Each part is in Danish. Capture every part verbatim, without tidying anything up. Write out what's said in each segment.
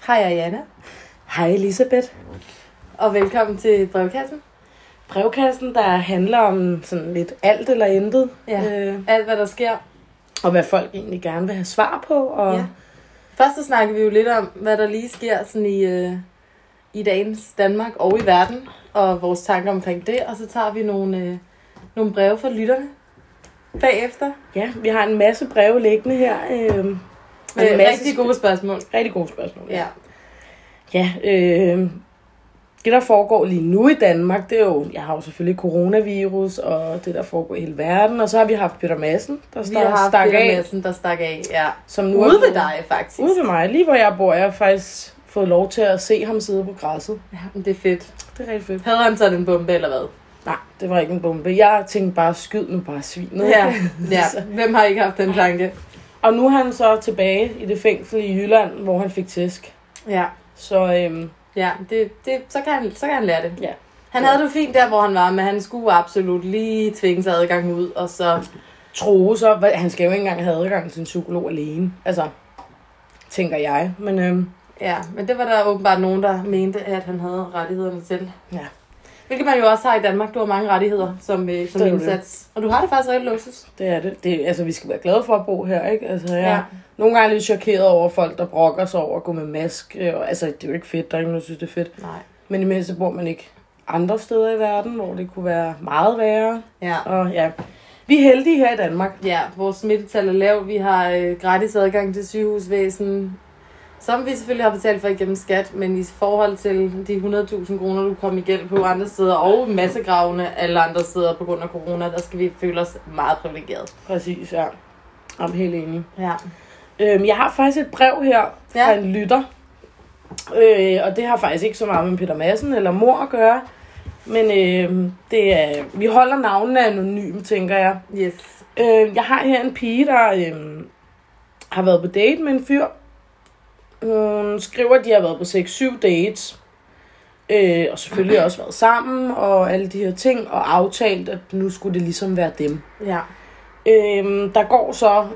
Hej Ariana. Hej Elisabeth. Og velkommen til Brevkassen. Brevkassen, der handler om sådan lidt alt eller intet. Ja, øh, alt hvad der sker. Og hvad folk egentlig gerne vil have svar på. Og... Ja. Først så snakker vi jo lidt om, hvad der lige sker sådan i, øh, i dagens Danmark og i verden. Og vores tanker omkring det. Og så tager vi nogle, øh, nogle breve fra lytterne bagefter. Ja, vi har en masse breve liggende her. Øh, Med en masse rigtig gode spørgsmål. Rigtig gode spørgsmål, ja. Ja, øh, det der foregår lige nu i Danmark, det er jo, jeg har jo selvfølgelig coronavirus, og det der foregår i hele verden, og så har vi haft Peter Madsen, der vi har haft stak Peter af. Madsen, der stak af, ja. Som nu ude ved dig, faktisk. Ude ved mig, lige hvor jeg bor, jeg har faktisk fået lov til at se ham sidde på græsset. Ja, men det er fedt. Det er rigtig fedt. Havde han så den bombe, eller hvad? Nej, det var ikke en bombe. Jeg tænkte bare, skyd nu bare svinet. Ja, ja. Hvem har ikke haft den tanke? Og nu er han så tilbage i det fængsel i Jylland, hvor han fik tæsk. Ja. Så øhm, ja, det, det, så, kan han, så kan han lære det. Ja. Han havde det fint der, hvor han var, men han skulle absolut lige tvinge sig adgang ud, og så... Tro så, han skal jo ikke engang have adgang til en psykolog alene. Altså, tænker jeg. Men øhm, ja, men det var der åbenbart nogen, der mente, at han havde rettighederne til. Ja. Hvilket man jo også har i Danmark. Du har mange rettigheder som, øh, som indsats. Og du har det faktisk rigtig luksus. Det er det. det. Altså, vi skal være glade for at bo her, ikke? Altså, jeg ja. er nogle gange lidt chokeret over folk, der brokker sig over at gå med mask. Altså, det er jo ikke fedt. Der er ingen, der synes, det er fedt. Nej. Men imens så bor man ikke andre steder i verden, hvor det kunne være meget værre. Ja. Og ja, vi er heldige her i Danmark. Ja, vores smittetal er lavt. Vi har øh, gratis adgang til sygehusvæsen, som vi selvfølgelig har betalt for igennem skat, men i forhold til de hundrede tusind kroner, du kom igen på andre steder, og massegravene alle andre steder på grund af corona, der skal vi føle os meget privilegeret. Præcis, ja. Jeg er helt enig. Ja. Øhm, jeg har faktisk et brev her fra ja. en lytter, øh, og det har faktisk ikke så meget med Peter Madsen eller mor at gøre, men øh, det er, vi holder navnene anonyme, tænker jeg. Yes. Øh, jeg har her en pige, der øh, har været på date med en fyr. Hun skriver, at de har været på seks syv dates. Øh, og selvfølgelig også været sammen og alle de her ting. Og aftalt, at nu skulle det ligesom være dem. Ja. Øh, der går så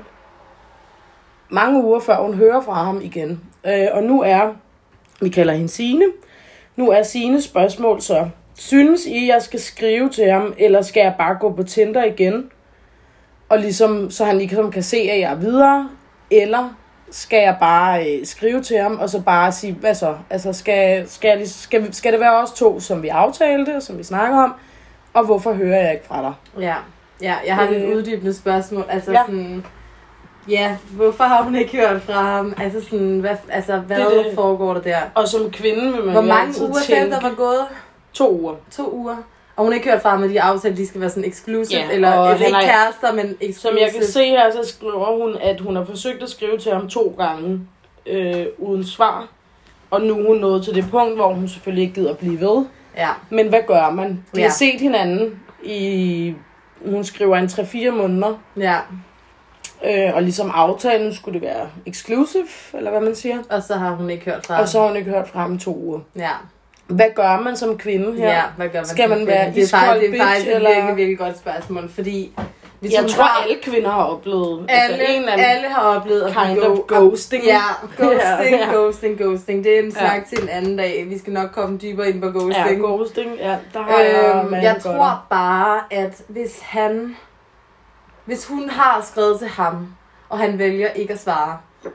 mange uger, før hun hører fra ham igen. Øh, og nu er, vi kalder hende Signe. Nu er Signes spørgsmål så: synes I, jeg skal skrive til ham, eller skal jeg bare gå på Tinder igen? Og ligesom, så han ligesom kan se, at jeg er videre. Eller skal jeg bare øh, skrive til ham, og så bare sige, hvad så? Altså, skal, skal, skal, skal det være os to, som vi aftalte, som vi snakker om? Og hvorfor hører jeg ikke fra dig? Ja, ja jeg har øh, et uddybende spørgsmål. Altså ja. sådan, ja, hvorfor har hun ikke hørt fra ham? Altså sådan, hvad, altså, hvad det, det. foregår der der? Og som kvinde vil man Hvor mange uger tænke, der var gået? To uger. To uger. Og hun har ikke hørt fra ham, at de aftalte, de skal være sådan exclusive, ja, eller, eller ikke er, kærester, men exclusive. Som jeg kan se her, så skriver hun, at hun har forsøgt at skrive til ham to gange, øh, uden svar. Og nu er hun nået til det punkt, hvor hun selvfølgelig ikke gider at blive ved. Ja. Men hvad gør man? De ja. har set hinanden i, hun skriver, en tre fire måneder. Ja. Øh, og ligesom aftalen skulle det være exclusive, eller hvad man siger. Og så har hun ikke hørt fra ham. Og så har hun ikke hørt fra ham i to uger. Ja. Hvad gør man som kvinde her? Ja, hvad gør man Skal man som være kvinde? Det er faktisk, det er faktisk eller? et virkelig, virkelig godt spørgsmål, fordi... Hvis jeg tror, har... alle kvinder har oplevet... Alle, altså, en eller anden alle har oplevet at kind go, of ghosting. Ja, ghosting, ja, ja. ghosting, ghosting. Det er en snak ja. til en anden dag. Vi skal nok komme dybere ind på ghosting. Ja, ghosting, ja. Der har jeg øhm, jeg tror godt. bare, at hvis han... Hvis hun har skrevet til ham, og han vælger ikke at svare,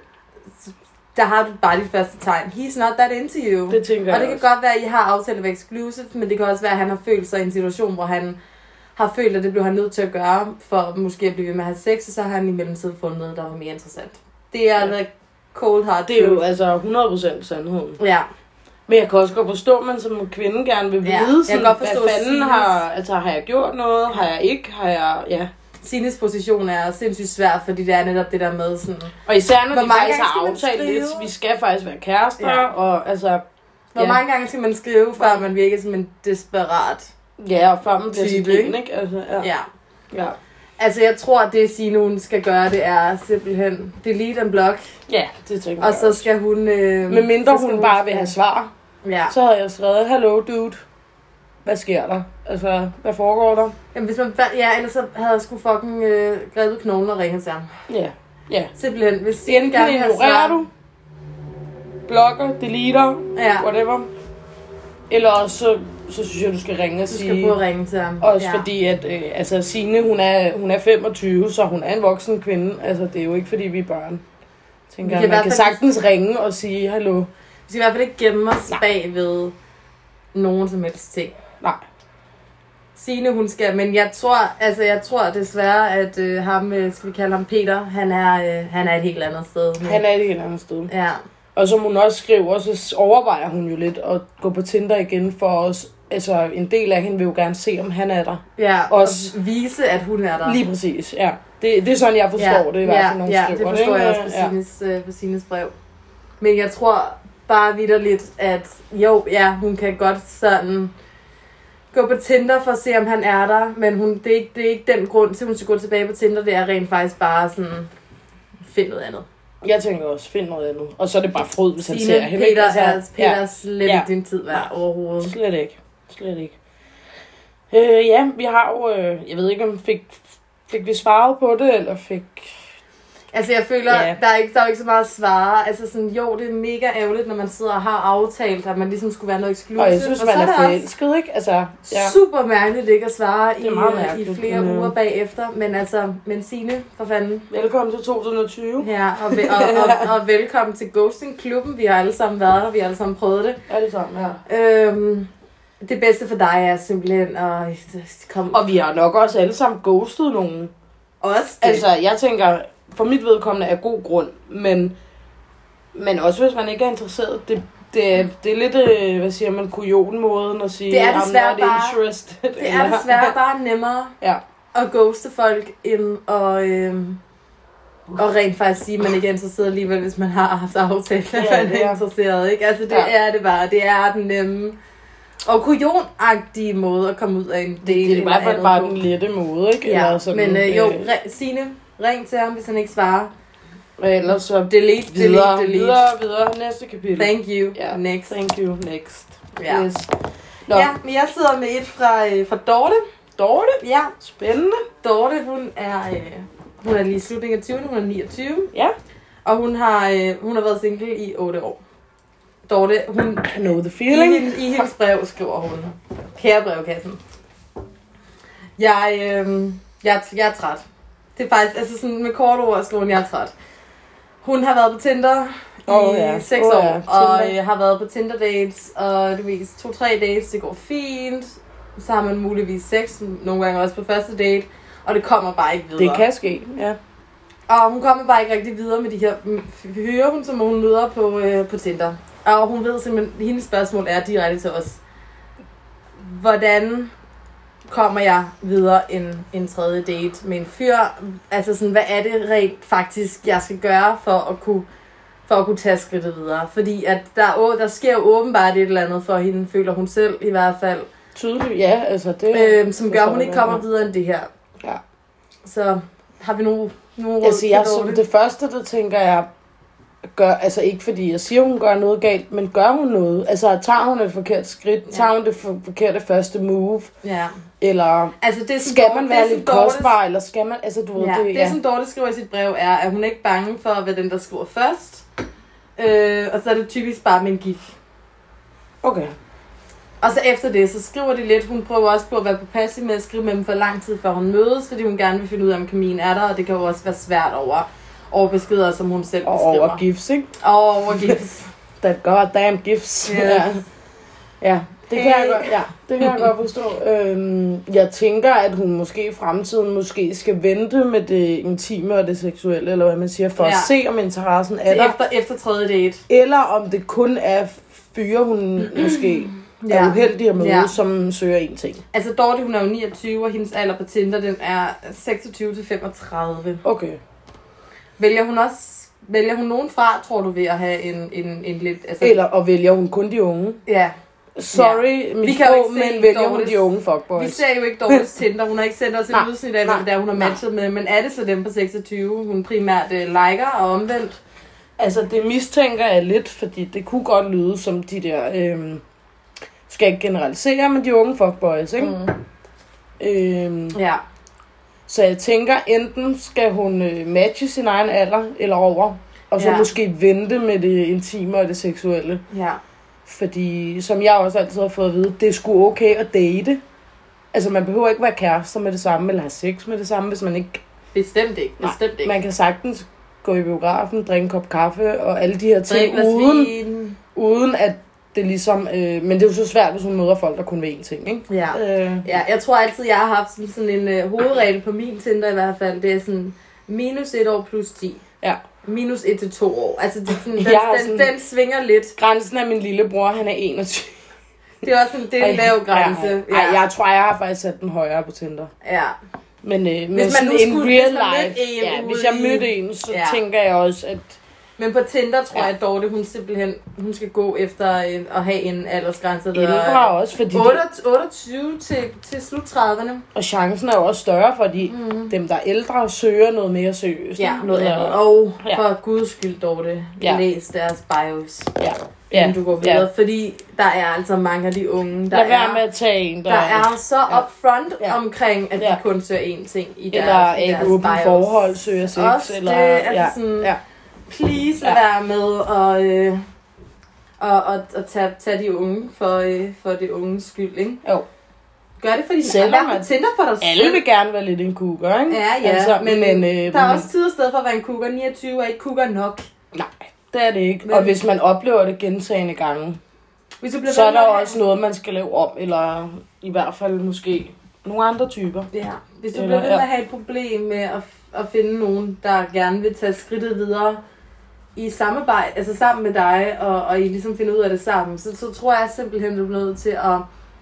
der har du bare dit første tegn. He's not that into you. Det tænker og det jeg kan godt være, at I har aftalt at være exclusive, men det kan også være, at han har følt sig i en situation, hvor han har følt, at det blev han nødt til at gøre, for måske at blive ved med at have sex, og så har han i mellemtiden fundet noget, der var mere interessant. Det er ja. cold hard. Det er jo altså hundrede procent sandheden. Ja. Men jeg kan også godt forstå, at man som kvinde gerne vil ja. vide, sådan, jeg forstå, hvad fanden har, altså har jeg gjort noget, har jeg ikke, har jeg, ja. Sines position er sindssygt svær, fordi det er netop det der med sådan... Og især når de faktisk har aftalt lidt, vi skal faktisk være kærester, ja. og altså... Hvor ja. mange gange skal man skrive, før man virker som en desperat ja, og før man bliver til grin, ikke? Altså, ja. ja. ja. Altså, jeg tror, at det Signe, hun skal gøre, det er simpelthen delete en blog. Ja, det tænker jeg. Og så skal hun... Øh, Med mindre hun, hun bare vil have svar, ja. så havde jeg skrevet, hello dude, hvad sker der? Altså, hvad foregår der? Jamen, hvis man... Ja, ellers så havde jeg sgu fucking øh, grebet knoglen og ringet til ham. Ja, ja. Simpelthen, hvis Enten ignorerer du, blokker, deleter, Ja. whatever. Eller også, så, så synes jeg, du skal ringe og Du sige... skal prøve at ringe til ham. Også ja. fordi, at øh, altså, Signe, hun er, hun er femogtyve, så hun er en voksen kvinde. Altså, det er jo ikke, fordi vi er børn. Tænker, kan man kan fald... sagtens ringe og sige, hallo. Vi skal i hvert fald ikke gemme os Nej. bag ved nogen som helst ting. Nej. Signe, hun skal, men jeg tror, altså jeg tror desværre, at øh, ham, øh, skal vi kalde ham Peter, han er, øh, han er et helt andet sted. Men... Han er et helt andet sted. Ja. Og som hun også skriver, så overvejer hun jo lidt at gå på Tinder igen for os. Altså, en del af hende vil jo gerne se, om han er der. Ja, også og vise, at hun er der. Lige præcis, ja. Det, det er sådan, jeg forstår ja, det i hvert fald, når hun ja, skriver det. Ja, det forstår det, jeg også på, ja. Signes, øh, på Signes brev. Men jeg tror bare vitterligt, at jo, ja, hun kan godt sådan gå på Tinder for at se, om han er der. Men hun, det, er ikke, det er ikke den grund til, at hun skal gå tilbage på Tinder. Det er rent faktisk bare sådan, find noget andet. Jeg tænker også, find noget andet. Og så er det bare fryd, hvis Signe, han ser hende. Peter Altså, er, Peter ja. er slet ja. ikke din tid værd overhovedet. Slet ikke. Slet ikke. Øh, ja, vi har jo, øh, jeg ved ikke, om fik, fik vi svaret på det, eller fik... Altså, jeg føler, ja. der, er ikke, der er jo ikke så meget at svare. Altså, sådan, jo, det er mega ærgerligt, når man sidder og har aftalt, at man ligesom skulle være noget eksklusivt. Og jeg synes, man er, er forelsket, ikke? Altså, ja. Super mærkeligt ikke at svare i, mærkeligt, i flere men, uger bagefter. Men altså, men Signe, for fanden. Velkommen til to tusind og tyve. Ja, og, ve- og, og, og velkommen til Ghosting-klubben. Vi har alle sammen været der, vi har alle sammen prøvet det. Alle sammen, ja. Øhm, det bedste for dig er simpelthen at komme... Og vi har nok også alle sammen ghostet nogen. Også det. Altså, jeg tænker, for mit vedkommende er god grund, men, men også hvis man ikke er interesseret, det, det, er, det er lidt, øh, hvad siger man, kujonmåden at sige, det er desværre bare, interested. Det er desværre bare nemmere ja. at ghoste folk, end at, øh, og rent faktisk sige, at man ikke er interesseret alligevel, hvis man har haft aftalt, at ja, man er interesseret. Ikke? Altså, det ja. er det bare. Det er den nemme og kujonagtige måde at komme ud af en del. Det er i hvert fald bare den lette måde, ikke? Ja, eller sådan, men øh, jo, øh, re- Signe, ring til ham, hvis han ikke svarer. Ellers så delete, videre, delete, delete. videre, videre, næste kapitel. Thank you, ja. next. Thank you, next. Ja. Yes. Ja, men jeg sidder med et fra, øh, fra Dorte. Dorte? Ja. Spændende. Dorte, hun er, øh, hun er lige i slutningen af tyverne, hun er niogtyve. Ja. Og hun har, øh, hun har været single i otte år. Dorte, hun... I know the feeling. I, I hendes brev skriver hun. Kære brevkassen. Jeg, øh, jeg, jeg er træt. Det er faktisk, altså sådan med korte ord skriver hun, jeg er træt. Hun har været på Tinder i oh, ja. seks oh, år, ja. og øh, har været på Tinder dates, og du ved, to-tre dates, det går fint. Så har man muligvis sex, nogle gange også på første date, og det kommer bare ikke videre. Det kan ske, ja. Og hun kommer bare ikke rigtig videre med de her fyre, hun, som hun møder på, øh, på Tinder. Og hun ved simpelthen, hendes spørgsmål er direkte til os. Hvordan kommer jeg videre en, en tredje date med en fyr? Altså sådan, hvad er det rent faktisk, jeg skal gøre for at kunne, for at kunne tage skridtet videre? Fordi at der, der sker jo åbenbart et eller andet for hende, føler hun selv i hvert fald. Tydeligt, ja. Altså det, øhm, som gør, at hun ikke kommer videre end det her. Ja. Så har vi nogle, nogle råd altså, til jeg, Dorte? det første, der tænker jeg, gør, altså ikke fordi jeg siger, hun gør noget galt, men gør hun noget? Altså tager hun et forkert skridt? Ja. Tager hun det for, forkerte første move? Ja. Eller altså, det, skal Dorte, man være det, lidt kostbar? Eller skal man, altså du ved, ja, det, det ja. som Dorte skriver i sit brev er, at hun er ikke bange for, hvad den der skriver først. Øh, og så er det typisk bare med en gif. Okay. Og så efter det, så skriver de lidt, hun prøver også på at være påpasselig med at skrive med dem for lang tid, før hun mødes, fordi hun gerne vil finde ud af, om kemien er der, og det kan jo også være svært over, over beskeder, som hun selv og beskriver. Og over gifs, ikke? Og over gifs. That goddamn gifs. Yes. Ja. Ja, det kan, hey. jeg godt, ja, det kan jeg godt forstå. Øhm, jeg tænker, at hun måske i fremtiden måske skal vente med det intime og det seksuelle, eller hvad man siger, for ja. at se, om interessen er der. Efter, efter tredje date. Eller om det kun er fyre, hun måske ja. er uheldig at møde, ja. som søger en ting. Altså Dorte, hun er jo niogtyve, og hendes alder på Tinder, den er seksogtyve til femogtredive. Okay. Vælger hun også, vælger hun nogen fra, tror du, ved at have en, en, en lidt... Altså... Eller, og vælger hun kun de unge? Ja. Sorry, ja. mit sprog, men vælger Dortes, hun de unge fuckboys? Vi ser jo ikke Dortes Tinder, hun har ikke sendt os et udsnit af, hvad der hun har matchet med, men er det så dem på seksogtyve, hun primært uh, liker og omvendt? Altså, det mistænker jeg lidt, fordi det kunne godt lyde som de der... Øhm, skal ikke generalisere, men de unge fuckboys, ikke? Mm. Øhm, ja. Så jeg tænker, enten skal hun øh, matche sin egen alder, eller over, Og så ja. måske vente med det intime og det seksuelle. Ja. Fordi, som jeg også altid har fået at vide, det er sgu okay at date. Altså, man behøver ikke være kærester med det samme, eller have sex med det samme, hvis man ikke... Bestemt ikke, bestemt Nej, ikke. man kan sagtens gå i biografen, drikke en kop kaffe og alle de her ting, Drikke uden, vin. uden at det ligesom... Øh, men det er jo så svært, hvis hun møder folk, der kun vil én ting, ikke? Ja. Øh, ja, jeg tror altid, jeg har haft sådan, sådan en øh, hovedregel på min Tinder i hvert fald. Det er sådan minus et år plus ti. Ja. Minus et til to år. Altså, det, er sådan, den, Jeg har den, sådan- den svinger lidt. Grænsen af min lillebror, han er enogtyve. Det er også sådan, det er en lav grænse. Ja, ja. Ej, jeg tror, jeg har faktisk sat den højere på Tinder. ja. Men, øh, men man sådan nu in skulle- real hvis man mødte life, en ja, ude hvis jeg i- mødte en, så Ja. tænker jeg også, at Men på Tinder tror Ja. jeg, at Dorte, hun simpelthen hun skal gå efter en, at have en aldersgrænse, der ældre er også, fordi det, otteogtyve til, til slut trediverne. og chancen er jo også større, fordi Mm. dem, der er ældre, søger noget mere seriøst. Ja, ikke? noget Ja. andet. Og Ja. for guds skyld, Dorte, Ja. læs deres bios, Ja. ja. Ja. inden du går videre. Fordi der er altså mange af de unge, der Lad være er, med at tage en, der, der er så Ja. upfront Ja. omkring, at de Ja. kun søger én ting i deres, eller i et deres åbent bios. forhold, søger sex, Også eller... det, altså ja. sådan- ja. Please lad Ja. være med at, øh, og, og, og tage, tage de unge for, øh, for det unges skyld, ikke? Jo. Gør det, fordi Selvom vær på at Tinder for dig Alle selv. vil gerne være lidt en cougar, ikke? Ja, ja, altså, men, men men øh, der er men- også tid og sted for at være en cougar. niogtyve er ikke cougar nok. Nej, det er det ikke. Men- Og hvis man oplever det gentagende gange, Hvis du bliver så er ved med der at have- også noget, man skal lave om, eller i hvert fald måske nogle andre typer. Ja, hvis du Eller- bliver ved med at have et problem med at, at finde nogen, der gerne vil tage skridtet videre i samarbejde, altså sammen med dig, og, og I ligesom finder ud af det sammen, så, så tror jeg simpelthen, du bliver nødt til at,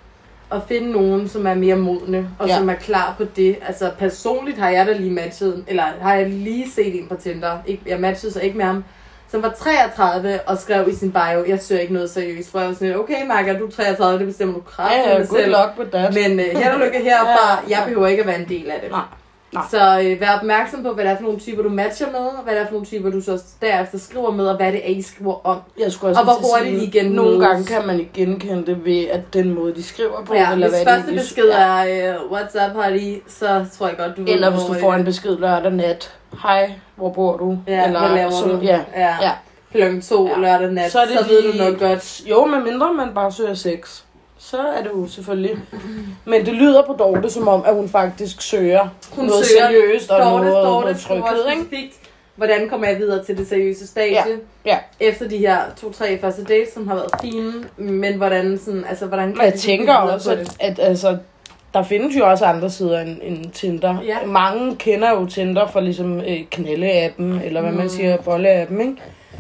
at finde nogen, som er mere modne, og Ja. som er klar på det. Altså personligt har jeg da lige matchet, eller har jeg lige set en på Tinder, ikke, jeg matchede så ikke med ham, som var treogtredive og skrev i sin bio, jeg søger ikke noget seriøst, hvor jeg var sådan lidt, okay Marker, du er treogtredive, det bestemmer du kraftigt Ja, ja, med good selv. luck with that. Men øh, held og lykke herfra, Ja. jeg behøver ikke at være en del af det. Nej. Nej. Så øh, vær opmærksom på, hvad det er for nogle typer, du matcher med, og hvad det er for nogle typer, du så derefter skriver med, og hvad det er, I skriver om. Jeg skulle også Og hvor til at hurtigt sige, de igen nogle mødes. gange kan man genkende det ved, at den måde, de skriver på, Ja, eller hvis hvad første de, besked ja. er, øh, what's up, Hardy, så tror jeg godt, du ved, Eller hvis du hvor, får øh, en besked lørdag nat. Hej, hvor bor du? Ja, eller, hvad laver så, du? Ja, Ja. ja. klokken to Ja. lørdag nat, så, Så er det så ved lige- du nok godt. Jo, med mindre man bare søger sex. Så er det jo selvfølgelig. Men det lyder på Dorte, som om, at hun faktisk søger Hun noget søger seriøst og Dorte, noget, Dorte noget skriver tryghed, ikke? specifikt, hvordan kommer jeg videre til det seriøse stadie, Ja. efter de her to-tre første dates, som har været fine, men hvordan sådan, altså hvordan Men jeg vi tænker bygge videre også, på at, det? at altså, der findes jo også andre sider end, end Tinder. Ja. Mange kender jo Tinder for ligesom øh, knalde-appen, eller hvad man Mm. siger, bolle-appen, ikke?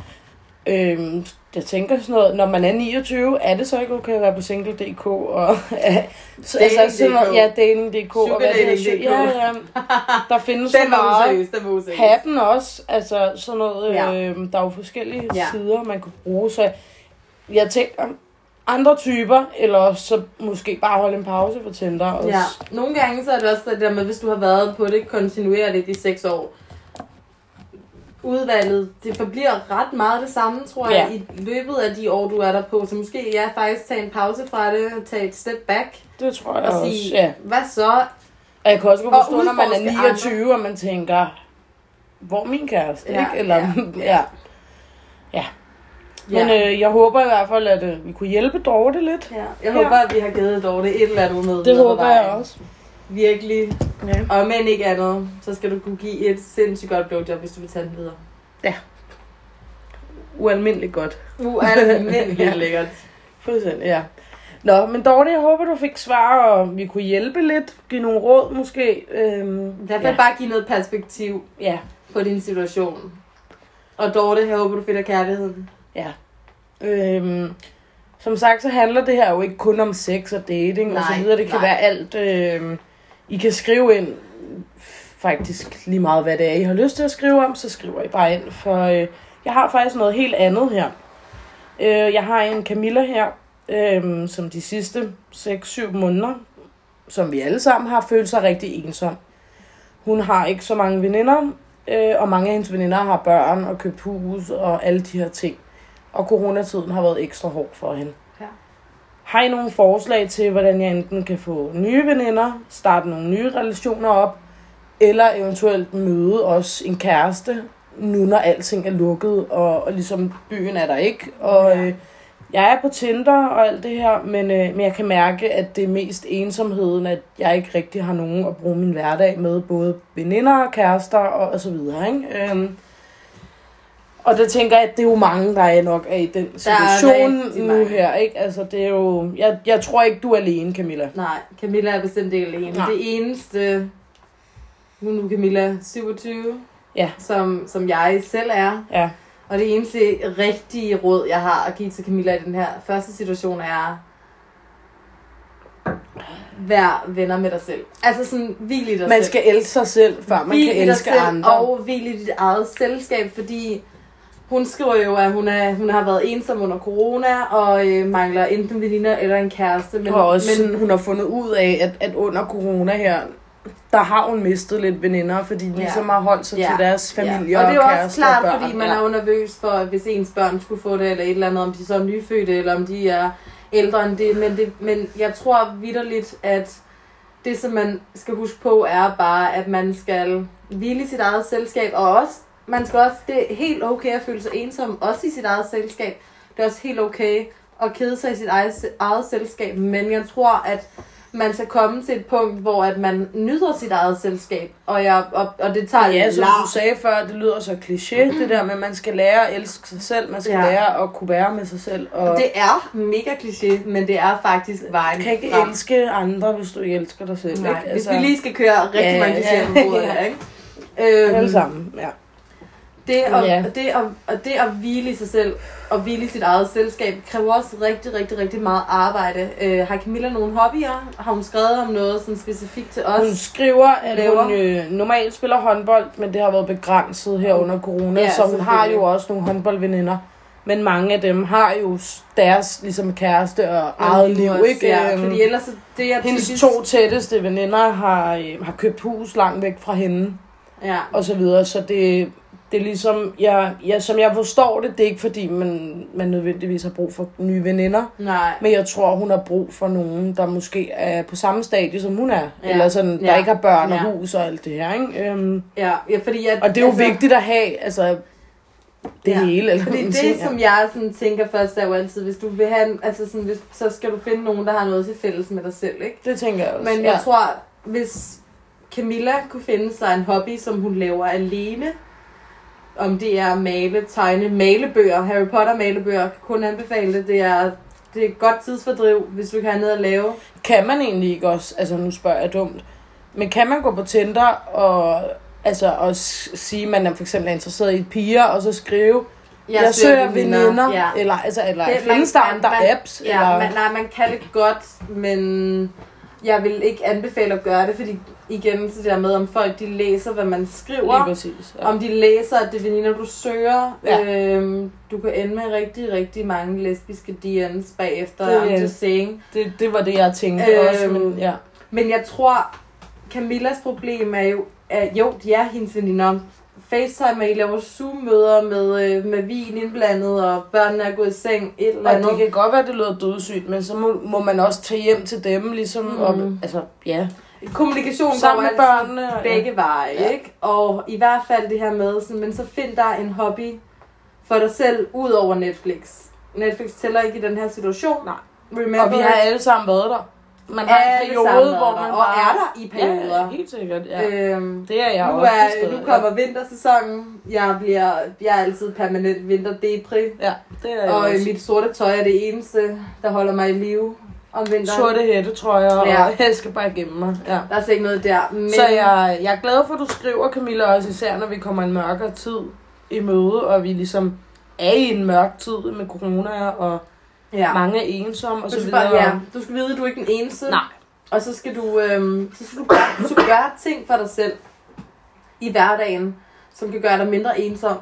Øhm, jeg tænker sådan noget, når man er niogtyve, er det så ikke okay at være på single punktum d k og så, altså sådan noget, ja, dating punktum d k og hvad det er. Sugardating Ja, punktum d k. ja. Der findes så Den var meget. useriøs, den var useriøs. Happen også, altså sådan noget, Ja. ja. øh, der er jo forskellige Ja. ja. sider, man kan bruge, så jeg tænker andre typer, eller også så måske bare holde en pause på Tinder også. Ja, nogle gange så er det også det der med, hvis du har været på det kontinuerligt i seks år, udvalget, det forbliver ret meget det samme, tror jeg, Ja. i løbet af de år, du er der på. Så måske ja, faktisk tage en pause fra det, tage et step back Det tror jeg og også, sige, ja. hvad så? Og jeg kan også godt Og forstå, når man er udforske niogtyve, og man tænker, hvor er min kæreste, Ja, ikke? Eller, ja, ja. ja. Men Ja. øh, jeg håber i hvert fald, at øh, vi kunne hjælpe Dorte lidt. Ja, jeg Ja. håber, at vi har givet Dorte et eller andet med. Det videre på håber jeg vejen. også. Virkelig. Ja. Og men ikke andet, så skal du kunne give et sindssygt godt blowjob, hvis du vil tage den videre. Ualmindeligt godt. Ualmindeligt Ja. lækkert. Fuldstændig, ja. Nå, men Dorte, jeg håber, du fik svar, og vi kunne hjælpe lidt. Give nogle råd måske. Øhm, I hvert fald ja. bare give noget perspektiv Ja, på din situation. Og Dorte, jeg håber, du finder kærligheden. ja. Øhm, som sagt, så handler det her jo ikke kun om sex og dating Nej, og så videre. Det kan nej. være alt. Øhm, I kan skrive ind faktisk lige meget, hvad det er, I har lyst til at skrive om, så skriver I bare ind. For øh, jeg har faktisk noget helt andet her. Øh, jeg har en Camilla her, øh, som de sidste seks syv måneder, som vi alle sammen har, følt sig rigtig ensom. Hun har ikke så mange veninder, øh, og mange af hendes veninder har børn og købt hus og alle de her ting. Og coronatiden har været ekstra hård for hende. Ja. Har I nogle forslag til, hvordan jeg enten kan få nye veninder, starte nogle nye relationer op, eller eventuelt møde også en kæreste, nu når alting er lukket, og, og ligesom byen er der ikke. Og øh, jeg er på Tinder og alt det her, men, øh, men jeg kan mærke, at det er mest ensomheden, at jeg ikke rigtig har nogen at bruge min hverdag med, både veninder, kærester og, og så videre, ikke? Øhm, og der tænker jeg, at det er jo mange, der er nok er i den situation nu her, ikke? Altså, det er jo... Jeg, jeg tror ikke, du er alene, Camilla. Nej, Camilla er bestemt ikke alene. Nej. Det eneste... Nu er nu Camilla syvogtyve, ja. som, som jeg selv er. Ja. Og det eneste rigtige råd, jeg har at give til Camilla i den her første situation, er... Vær venner med dig selv. Altså sådan, hvil i dig selv. Man skal elske sig selv, før man hvil kan elske andre. Og hvil i dit eget selskab, fordi... Hun skriver jo, at hun, er, hun har været ensom under corona, og øh, mangler enten veninder eller en kæreste. Men, og også men, sådan, hun har fundet ud af, at, at under corona her, der har hun mistet lidt veninder, fordi de ja. ligesom har holdt sig ja. til deres familie ja. og, og kærester og børn. Og det er også klart, børn. fordi man ja. er jo nervøs for, hvis ens børn skulle få det, eller et eller andet, om de så er nyfødte, eller om de er ældre end det. Men, det, men jeg tror vitterligt, at det, som man skal huske på, er bare, at man skal hvile i sit eget selskab, og også man skal også, det er helt okay at føle sig ensom, også i sit eget selskab. Det er også helt okay at kede sig i sit eget, eget selskab, men jeg tror, at man skal komme til et punkt, hvor at man nyder sit eget selskab, og, jeg, og, og det tager ja, som du sagde før, det lyder så kliché, det der med, at man skal lære at elske sig selv, man skal ja. lære at kunne være med sig selv. Og det er mega kliché, men det er faktisk vejen. Du kan ikke frem. elske andre, hvis du ikke elsker dig selv. Nej, ikke? Altså, hvis vi lige skal køre rigtig ja, mange klichéer på bordet her, ikke? Øhm, Alle sammen, ja. Det at, ja. det, at, det at hvile i sig selv og hvile i sit eget selskab kræver også rigtig, rigtig, rigtig meget arbejde. Øh, har Camilla nogle hobbyer? Har hun skrevet om noget sådan specifikt til os? Hun skriver, at laver. hun øh, normalt spiller håndbold, men det har været begrænset her under corona, ja, så hun har jo også nogle håndboldveninder. Men mange af dem har jo deres ligesom kæreste og ja, eget liv, også, ikke? Ja, fordi ellers det er hendes typisk... to tætteste veninder har, øh, har købt hus langt væk fra hende, ja. og så videre, så det... Det er ligesom, jeg, jeg, som jeg forstår det, det er ikke fordi, man, man nødvendigvis har brug for nye veninder. Nej. Men jeg tror, hun har brug for nogen, der måske er på samme stadie, som hun er. Ja. Eller sådan, der ja. ikke har børn og ja. hus og alt det her, ikke? Um, ja, ja, fordi jeg, og det er jo altså, vigtigt at have, altså, det ja. hele. Eller fordi det, ting, som ja. jeg sådan, tænker først, er jo altid, hvis du vil have, altså sådan, hvis, så skal du finde nogen, der har noget til fælles med dig selv, ikke? Det tænker jeg også. Men jeg ja. tror, hvis Camilla kunne finde sig en hobby, som hun laver alene, om det er male, tegne, malebøger, Harry Potter malebøger, kan kun anbefale det. Det er, det er et godt tidsfordriv, hvis du kan have noget at lave. Kan man egentlig ikke også, altså nu spørger jeg dumt, men kan man gå på Tinder og, altså, og sige, at man er for eksempel er interesseret i piger, og så skrive, jeg, jeg søger veninder, ja. eller, altså, eller det, findes der andre apps? Ja, eller? Man, nej, man kan det godt, men jeg vil ikke anbefale at gøre det, fordi igen så det der med, om folk de læser, hvad man skriver. Lige præcis, ja. Om de læser, at det er veninder, du søger. Ja. Øhm, du kan ende med rigtig, rigtig mange lesbiske D M's bagefter. Det, I'm just saying. Det, det var det, jeg tænkte øhm, også. Men, ja. men jeg tror, Camillas problem er jo, at jo, de er hendes veninder. FaceTime, I laver Zoom-møder med, øh, med vin indblandet, og børnene er gået i seng, et eller andet. Og det kan godt være, at det lyder dødssygt, men så må, må man også tage hjem til dem, ligesom, mm. og, altså, ja. Kommunikation sammen med børnene. Begge ja. veje, ja. ikke? Og i hvert fald det her med, sådan, men så find dig en hobby for dig selv, ud over Netflix. Netflix tæller ikke i den her situation. Nej. Remember og vi har alle sammen været der. Man har en periode, hvor man og bare... er der i perioder. Ja, helt sikkert, ja. Øhm, det er jeg nu også. Er, nu kommer ja. vintersæsonen. Jeg bliver jeg er altid permanent vinterdepri. Ja, det er jeg og også. mit sorte tøj er det eneste, der holder mig i live om vinteren. Sorte hætte, tror jeg, og ja. jeg skal bare gemme mig. Ja. Der er altså ikke noget der. Men... Så jeg, jeg er glad for, at du skriver, Camilla, også især når vi kommer en mørkere tid i møde, og vi ligesom er i en mørk tid med corona, og ja. mange er ensomme, og så videre. Bare, ja. Du skal vide, at du er ikke den eneste. Nej. Og så skal du, øhm, så skal du, gøre, du skal gøre ting for dig selv i hverdagen, som kan gøre dig mindre ensom.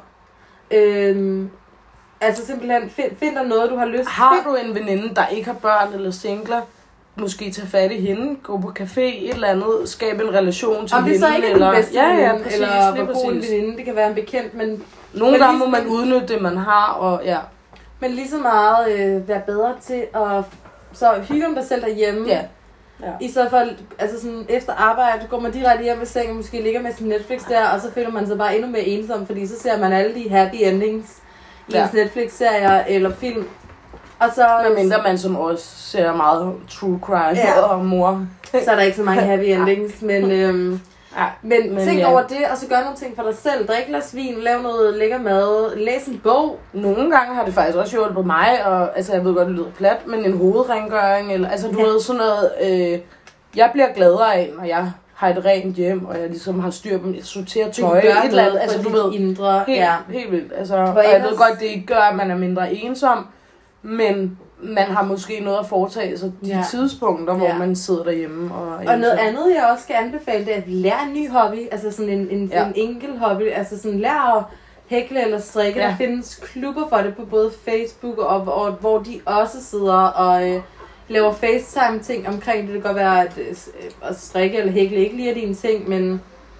Øhm, altså simpelthen, find, find dig noget, du har lyst til. Har du en veninde, der ikke har børn eller singler, måske tage fat i hende, gå på café, et eller andet, skabe en relation til hende. Om det så ikke eller... den bedste ja, veninde, ja, præcis, eller hvor god en veninde, det kan være en bekendt, men... Nogle men gange må ligesom, man udnytte det, man har, og ja. Men lige så meget øh, være bedre til at så hygge om dig selv derhjemme. Ja. Ja. I så fald, altså sådan efter arbejde, går man direkte hjem i sengen, måske ligger med sin Netflix der, og så føler man sig bare endnu mere ensom, fordi så ser man alle de happy endings i ja. ens Netflix-serier eller film. Og så... Med mindre man som også ser meget true crime ja. og mor. Så er der ikke så mange happy endings, men... Øhm, ja, men, men tænk ja. over det, og så gør nogle ting for dig selv. Drik glas vin, lav noget lækker mad, læs en bog. Nogle gange har det faktisk også hjulpet mig, og altså jeg ved godt, det lyder plat, men en hovedrengøring, eller altså du ja. ved sådan noget, øh, jeg bliver gladere af, når jeg har et rent hjem, og jeg ligesom har styr på, jeg sorterer tøj, et eller andet, altså du ved, indre, helt, ja. helt vildt, altså, og jeg ved godt, det ikke gør, at man er mindre ensom, men man har måske noget at foretage sig de ja. tidspunkter, hvor ja. man sidder derhjemme. Og, og noget andet, jeg også skal anbefale, det er at lære en ny hobby. Altså sådan en, en, ja. en enkel hobby. Altså sådan lær at hækle eller strikke. Ja. Der findes klubber for det på både Facebook og, og hvor de også sidder og øh, laver FaceTime ting omkring det. Det kan godt være at, øh, at strikke eller hækle ikke lige er dine ting, men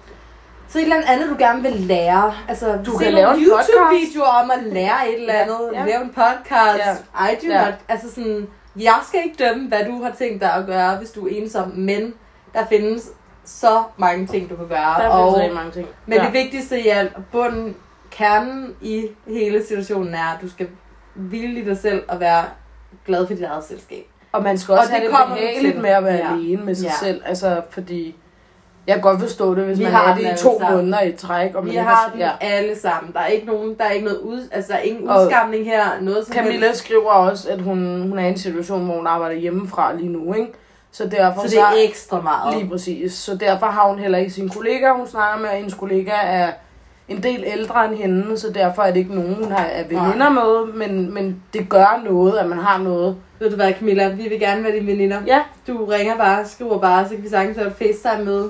så et eller andet, du gerne vil lære. Altså, du kan lave en YouTube-videoer om at lære et eller andet. Ja, ja. Lave en podcast. Ja. I do ja. not. Altså sådan, jeg skal ikke dømme, hvad du har tænkt dig at gøre, hvis du er ensom. Men der findes så mange ting, du kan gøre. Der og, findes mange ting. Men ja. det vigtigste i alt, bunden, kernen i hele situationen er, at du skal hvile i dig selv og være glad for dit eget selskab. Og man skal også og have det, det behageligt med at være ja. alene med sig ja. selv. Altså, fordi... Jeg kan godt forstå det, hvis vi man er det i to sammen. måneder i træk. Og man vi har, har den ja. alle sammen. Der er ikke nogen, der er ikke noget ud, altså der er ingen udskamning her. Noget som Camilla helst. skriver også, at hun, hun er i en situation, hvor hun arbejder hjemmefra lige nu, ikke? Så derfor så det er så, ekstra meget. Lige præcis. Så derfor har hun heller ikke sine kollegaer. Hun snakker med, at hendes kollega er en del ældre end hende, så derfor er det ikke nogen, hun har er veninder med. Men, men det gør noget, at man har noget. Ved du hvad, Camilla? Vi vil gerne være dine veninder. Ja. Du ringer bare, skriver bare, så kan vi sagtens have et FaceTime med.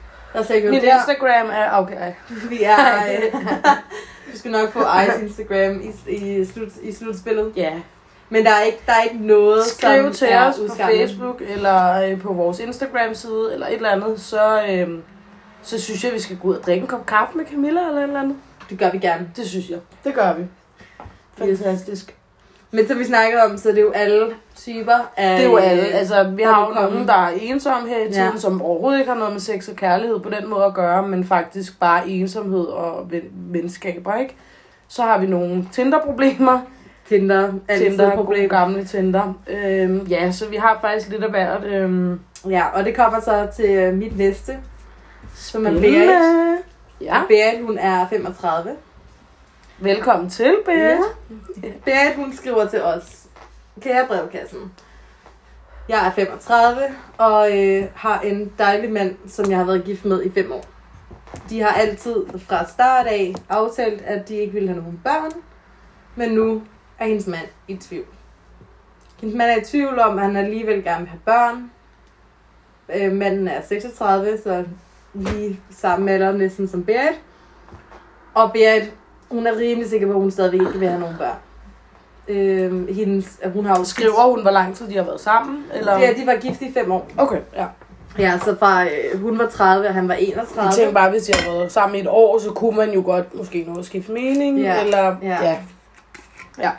Mit der. Instagram er okay. Vi er... Øh, du skal nok få Ejs Instagram i, i, slut, i slutspillet. Ja. Men der er ikke, der er ikke noget, Skriv som til er os på Facebook, eller øh, på vores Instagram-side, eller et eller andet, så, øh, så synes jeg, vi skal gå ud og drikke en kop kaffe med Camilla, eller et eller andet. Det gør vi gerne. Det synes jeg. Det gør vi. Fantastisk. Yes. Men som vi snakkede om, så det er jo alle typer af... Det er jo alle. Altså, vi har jo nogen, der er ensomme her i tiden, ja. som overhovedet ikke har noget med sex og kærlighed på den måde at gøre, men faktisk bare ensomhed og venskaber, ikke? Så har vi nogle Tinder-problemer. Tinder, Tinder, gode gamle Tinder. Øhm, ja, så vi har faktisk lidt af hvert. Øhm. Ja, og det kommer så til mit næste, som er Berit. Ja. Berit, hun er femogtredive. Velkommen til, Berit. Ja. Berit, hun skriver til os. Kære brevkassen. Jeg er femogtredive og øh, har en dejlig mand, som jeg har været gift med i fem år. De har altid fra start af aftalt, at de ikke ville have nogen børn. Men nu er hendes mand i tvivl. Hendes mand er i tvivl om, at han alligevel gerne vil have børn. Øh, manden er seksogtredive, så lige samme alder næsten som Berit. Og Berit, hun er rimelig sikker på, at hun stadigvæk ikke vil have nogen børn. Øh, hendes, hun har jo Skriver hun, hvor lang tid de har været sammen? Eller? Ja, de var gift i fem år. Okay, ja. Ja, så fra øh, hun var tredive, og han var enogtredive. Jeg tænker bare, hvis de har været sammen i et år, så kunne man jo godt måske nå at skifte mening. Ja. Eller, ja. ja. Ja.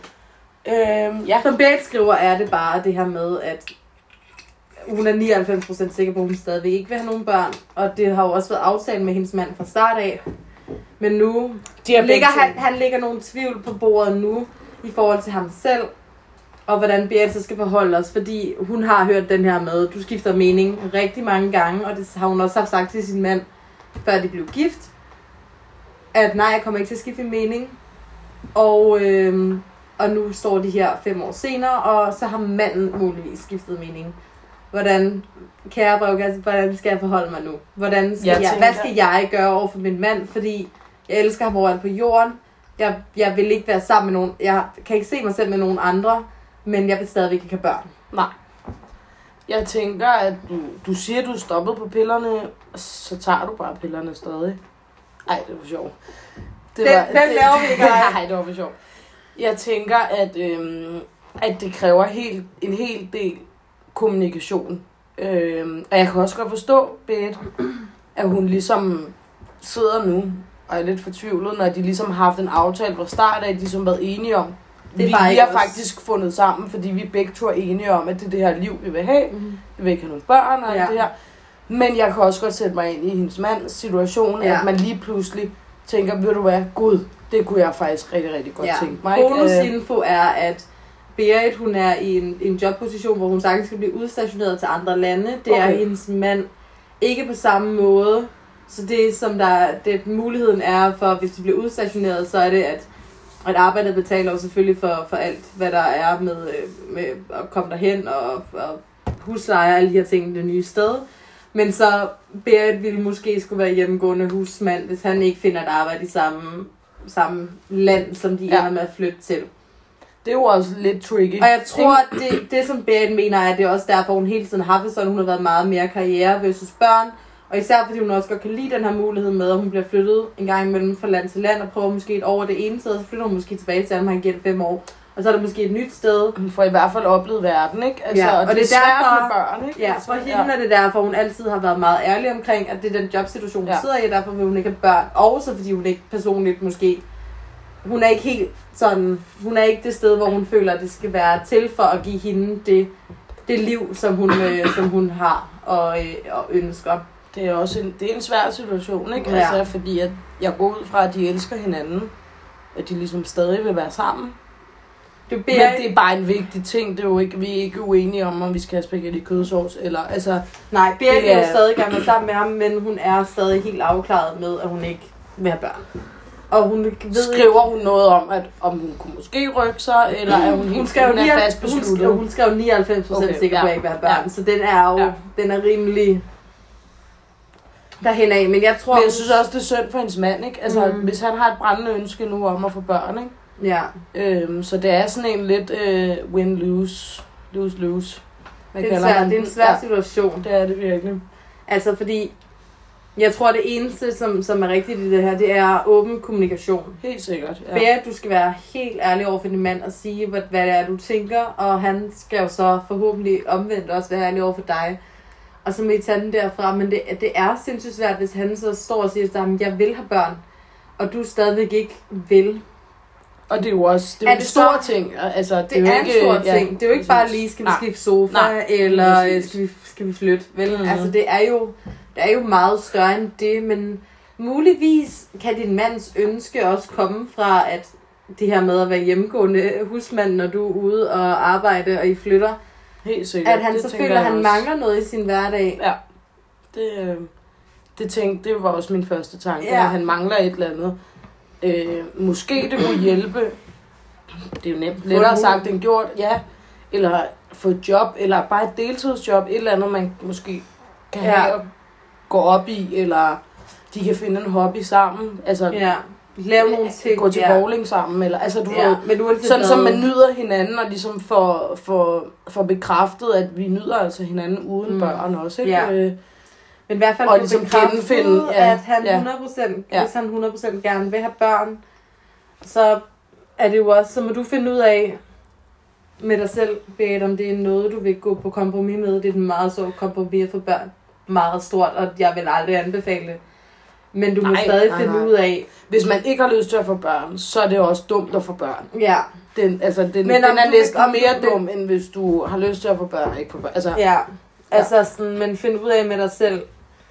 Øhm, ja. Som Berit skriver, er det bare det her med, at hun er nioghalvfems procent sikker på, at hun stadigvæk ikke vil have nogen børn. Og det har jo også været aftalt med hendes mand fra start af. Men nu ligger han, han lægger nogle tvivl på bordet nu, i forhold til ham selv, og hvordan Berit så skal forholde os, fordi hun har hørt den her med, du skifter mening rigtig mange gange, og det har hun også haft sagt til sin mand, før de blev gift, at nej, jeg kommer ikke til at skifte mening, og, øh, og nu står de her fem år senere, og så har manden muligvis skiftet mening. Hvordan, kære brevkasse, hvordan skal jeg forholde mig nu? Hvordan skal jeg, jeg hvad skal jeg gøre over for min mand, fordi jeg elsker ham overalt på jorden. Jeg, jeg vil ikke være sammen med nogen. Jeg kan ikke se mig selv med nogen andre, men jeg vil stadigvæk ikke have børn. Nej. Jeg tænker, at du, du siger, at du er stoppet på pillerne, så tager du bare pillerne stadig. Ej, det var for sjov. Det var, den den laver vi ikke. Nej, det var for sjov. Jeg tænker, at, øhm, at det kræver helt, en hel del kommunikation. Øhm, og jeg kan også godt forstå, Berit, at hun ligesom sidder nu og er lidt fortvivlet, når de ligesom har haft en aftale fra start af, de som har været enige om, vi, vi har faktisk fundet sammen, fordi vi begge to er enige om, at det er det her liv, vi vil have. Mm. Vi vil ikke have nogle børn og ja. det her. Men jeg kan også godt sætte mig ind i hendes mands situation, ja. at man lige pludselig tænker, ved du hvad, gud, det kunne jeg faktisk rigtig, rigtig godt ja. tænke mig. Bonusinfo er, at Berit, hun er i en, en jobposition, hvor hun sagtens skal blive udstationeret til andre lande. Det okay. er hendes mand ikke på samme måde. Så det, som der, det, muligheden er for, hvis du bliver udstationeret, så er det, at, at arbejdet betaler jo selvfølgelig for, for alt, hvad der er med, med at komme derhen og, og husleje og alle de her ting det nye sted. Men så Berit ville måske skulle være hjemmegående husmand, hvis han ikke finder et arbejde i samme, samme land, som de ja. er med at flytte til. Det er jo også lidt tricky. Og jeg tror, at det, det som Berit mener, er, at det er også derfor, hun hele tiden har haft sådan, hun har været meget mere karriere versus børn. Og især fordi hun også godt kan lide den her mulighed med, at hun bliver flyttet en gang imellem fra land til land, og prøver måske et år det ene sted, og så flytter hun måske tilbage til Danmark igen fem år. Og så er der måske et nyt sted. Hun får i hvert fald oplevet verden, ikke? Altså, ja, og, og det, det er svært derfor, med børn, ikke? Ja, for hende ja. er det derfor, hun altid har været meget ærlig omkring, at det er den jobsituation, hun ja. sidder i, og derfor vil hun ikke have børn. Også fordi hun ikke personligt måske, hun er ikke helt sådan, hun er ikke det sted, hvor hun føler, at det skal være til for at give hende det, det liv, som hun, øh, som hun har og, øh, og ønsker. Det er også en, det er en svær situation, ikke? Ja. Altså, fordi at jeg går ud fra, at de elsker hinanden, at de ligesom stadig vil være sammen. Det Men det er bare en vigtig ting. Det er jo ikke, vi er ikke uenige om, om vi skal have spaghetti kødsovs, eller altså... Nej, Berit vil jo stadig gerne være sammen med ham, men hun er stadig helt afklaret med, at hun ikke vil have børn. Og hun ved skriver ikke, hun noget om, at om hun kunne måske rykke sig, eller er hun, hun, skrev, hun er fast besluttet? Hun skrev, hun skrev nioghalvfems procent okay, sikker på, at jeg ikke vil have børn, ja. så den er jo ja. den er rimelig derhen af. Men jeg tror... Men jeg synes også, det er synd for hendes mand, ikke? Altså, mm. hvis han har et brændende ønske nu om at få børn, ikke? Ja. Øhm, så det er sådan en lidt øh, win-lose, lose-lose. Det er, svær, det er en svær situation. Det er det virkelig. Altså, fordi... Jeg tror, det eneste, som, som er rigtigt i det her, det er åben kommunikation. Helt sikkert, ja. Berit, du skal være helt ærlig over for din mand og sige, hvad, hvad det er, du tænker. Og han skal jo så forhåbentlig omvendt også være ærlig over for dig. Og så må I tage den derfra. Men det, det er sindssygt svært, hvis han så står og siger til dig, jeg vil have børn. Og du stadigvæk ikke vil. Og det er jo også det er, er en stor så, ting. Altså, det, det er, jo er ikke, en stor ting. Ja, det er jo ikke bare lige, skal vi skifte sofa, nej, eller skal vi, skal vi flytte. Vel? Mm-hmm. Altså, det er jo... Det er jo meget større end det, men muligvis kan din mands ønske også komme fra, at det her med at være hjemmegående husmand, når du er ude og arbejde, og I flytter. Helt sikkert. At han det så føler, at han også mangler noget i sin hverdag. Ja, det, det, tænkte, det var også min første tanke, ja. at han mangler et eller andet. Øh, måske det kunne hjælpe, det er jo nemt lettere sagt end gjort, ja, eller få et job, eller bare et deltidsjob, et eller andet, man måske kan ja. have gå op i, eller de kan finde en hobby sammen, altså ja. lave nogle ting, gå til ja. bowling sammen, eller altså du ja. ved, men du sådan som man nyder hinanden, og ligesom får, får, får bekræftet, at vi nyder altså hinanden uden mm. børn også, ikke? Ja. Øh, men i hvert fald og ligesom genfinde, ja, at han hundrede procent, ja. hvis han hundrede procent gerne vil have børn, så er det jo også, så må du finde ud af med dig selv, Berit, om det er noget, du vil gå på kompromis med. Det er en meget så kompromis for børn. Meget stort, og jeg vil aldrig anbefale det. Men du må nej, stadig nej, finde nej. ud af... Hvis man ikke har lyst til at få børn, så er det også dumt at få børn. Ja. Den, altså, den, men den er næsten mere dum, end hvis du har lyst til at få børn og ikke få børn. Altså, ja, altså ja. Sådan, men find ud af med dig selv,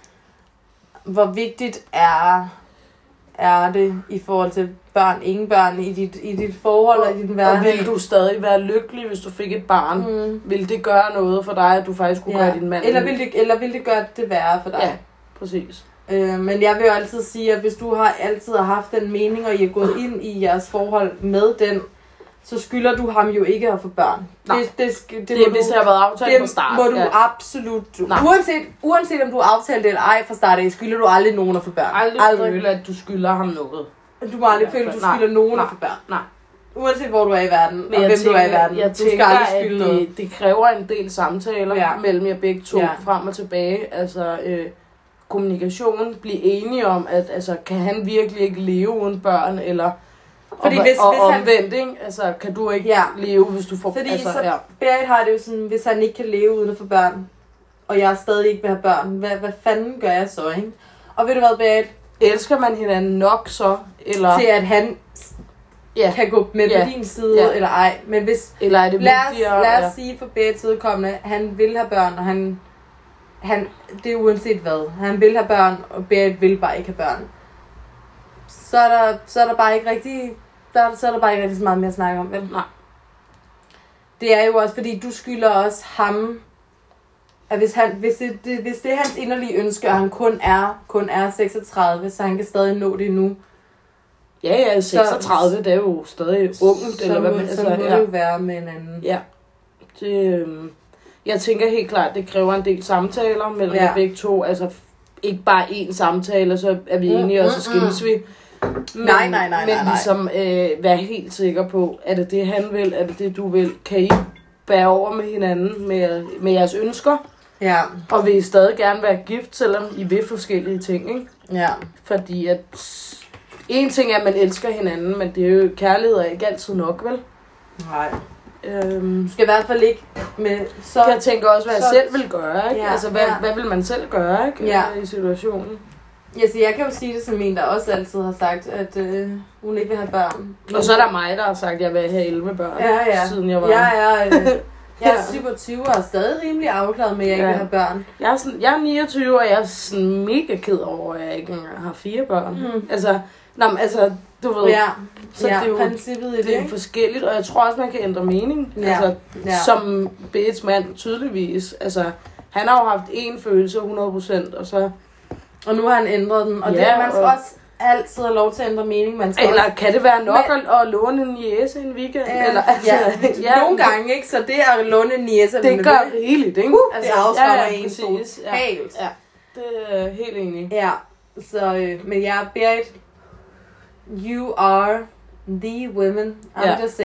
hvor vigtigt er, er det i forhold til børn, ingen børn, i dit, i dit forhold og i din hverdag. Og vil du stadig være lykkelig, hvis du fik et barn? Mm. Vil det gøre noget for dig, at du faktisk kunne ja. gøre din mand? Eller vil, det, eller vil det gøre det værre for dig? Ja, præcis. Øh, men jeg vil jo altid sige, at hvis du har altid har haft den mening, og I er gået ind i jeres forhold med den, så skylder du ham jo ikke at få børn. Nej, det, det, det, det er hvis det har været aftalt fra start. Det må du ja. absolut... Uanset, uanset om du har aftalt det eller ej fra start af, skylder du aldrig nogen at få børn. Aldrig, aldrig føle, at du skylder ham noget. Du må aldrig føle, at du skylder nogen nej, at få børn. Nej. Uanset hvor du er i verden, men og hvem tænker, du er i verden. Jeg du tænker, skal aldrig skylde at noget. Det, det kræver en del samtaler ja. mellem jer begge to, ja. frem og tilbage. Altså... Øh, kommunikation, blive enige om, at altså, kan han virkelig ikke leve uden børn, eller fordi og, hvis, og hvis omvendt, ikke? Altså, kan du ikke ja. leve, hvis du får... Fordi altså, så, ja. Berit har det jo sådan, hvis han ikke kan leve uden at få børn, og jeg stadig ikke vil have børn, hvad, hvad fanden gør jeg så, ikke? Og ved du hvad, Berit? Elsker man hinanden nok så, eller... Til at han ja. kan gå med Ja. på din side, Ja. eller ej. Men hvis, Eller er det lad os, vigtigere? lad os ja. sige for Berits vedkommende, han vil have børn, og han, han, det er uanset hvad. Han vil have børn, og Berit vil bare ikke have børn. Så er der, så er der bare ikke rigtig, der, så er der bare ikke rigtig så meget mere at snakke om, vel? Nej. Det er jo også, fordi du skylder også ham, at hvis, han, hvis, det, det, hvis det er hans inderlige ønske, og han kun er, kun er seksogtredive, så han kan stadig nå det nu. Ja, ja, seksogtredive, så, det er jo stadig ungt, eller hvad må, man så altså, må ja. det jo være med en anden. Ja. Det, øhm, jeg tænker helt klart, det kræver en del samtaler mellem ja. begge to. Altså ikke bare én samtale, så er vi enige, mm, og så skilles mm, vi. Men, nej, nej, nej, men nej, nej. ligesom øh, være helt sikker på, er det det han vil, er det det du vil? Kan I bære over med hinanden, med, med jeres ønsker? Ja. Og vil I stadig gerne være gift, selvom I vil forskellige ting, ikke? Ja. Fordi at en ting er, at man elsker hinanden, men det er jo, kærlighed er ikke altid nok, vel? Nej. Øhm, Du skal i hvert fald ikke med så... jeg tænker også, hvad jeg så, selv vil gøre, ikke? Ja, Altså, hvad, ja. hvad vil man selv gøre, ikke? Ja. I situationen. Ja, så jeg kan jo sige det som en, der også altid har sagt, at øh, hun ikke vil have børn. Og så er der mig, der har sagt, at jeg vil have elleve børn, ja, ja. siden jeg var... Jeg er, øh, jeg er Ja. syvogtyve og er stadig rimelig afklaret med, at jeg ikke Ja. vil have børn. Jeg er, sådan, jeg er niogtyve, og jeg er sådan mega ked over, at jeg ikke engang har fire børn. Mm. Altså, nå, men, altså, du ved... Ja, Så ja, det er jo, princippet i det, det er ikke? forskelligt, og jeg tror også, man kan ændre mening. Ja. Altså, Ja. som Berits mand tydeligvis. Altså, han har jo haft én følelse hundrede procent, og så... Og nu har han ændret den, og Ja, det, man skal og- også altid have lov til at ændre mening. Man skal Eller også, kan det være nok Men- at, at låne en jæse en weekend? øh, Eller, altså, ja, nogle gange, ikke? Så det at låne en niece, Det gør rigeligt, ikke? Uh, det afskræmmer en præcis. Ja, totalt. ja, det er jeg helt enig. Ja, så, øh, men ja, Berit, you are the women. I'm Ja. just